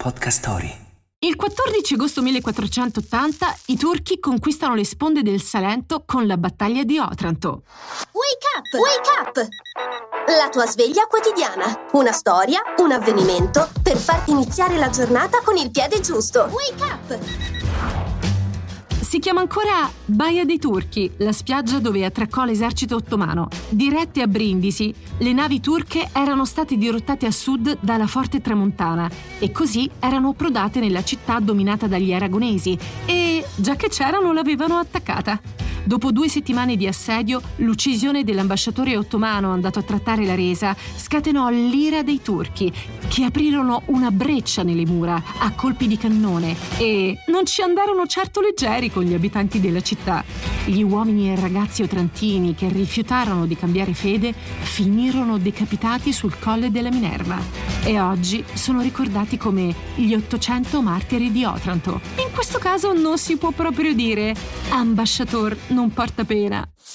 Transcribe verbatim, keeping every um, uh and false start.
Podcast Story. Il quattordici agosto millequattrocentottanta i turchi conquistano le sponde del Salento con la battaglia di Otranto. Wake up! Wake up! La tua sveglia quotidiana. Una storia, un avvenimento per farti iniziare la giornata con il piede giusto. Wake up! Si chiama ancora Baia dei Turchi, la spiaggia dove attraccò l'esercito ottomano. Dirette a Brindisi, le navi turche erano state dirottate a sud dalla Forte Tramontana e così erano approdate nella città dominata dagli aragonesi e, già che c'erano, l'avevano attaccata. Dopo due settimane di assedio, l'uccisione dell'ambasciatore ottomano andato a trattare la resa scatenò l'ira dei turchi, che aprirono una breccia nelle mura a colpi di cannone e non ci andarono certo leggeri con gli abitanti della città. Gli uomini e ragazzi otrantini che rifiutarono di cambiare fede finirono decapitati sul Colle della Minerva e oggi sono ricordati come gli ottocento martiri di Otranto. In questo caso non si può proprio dire ambasciator non porta pena.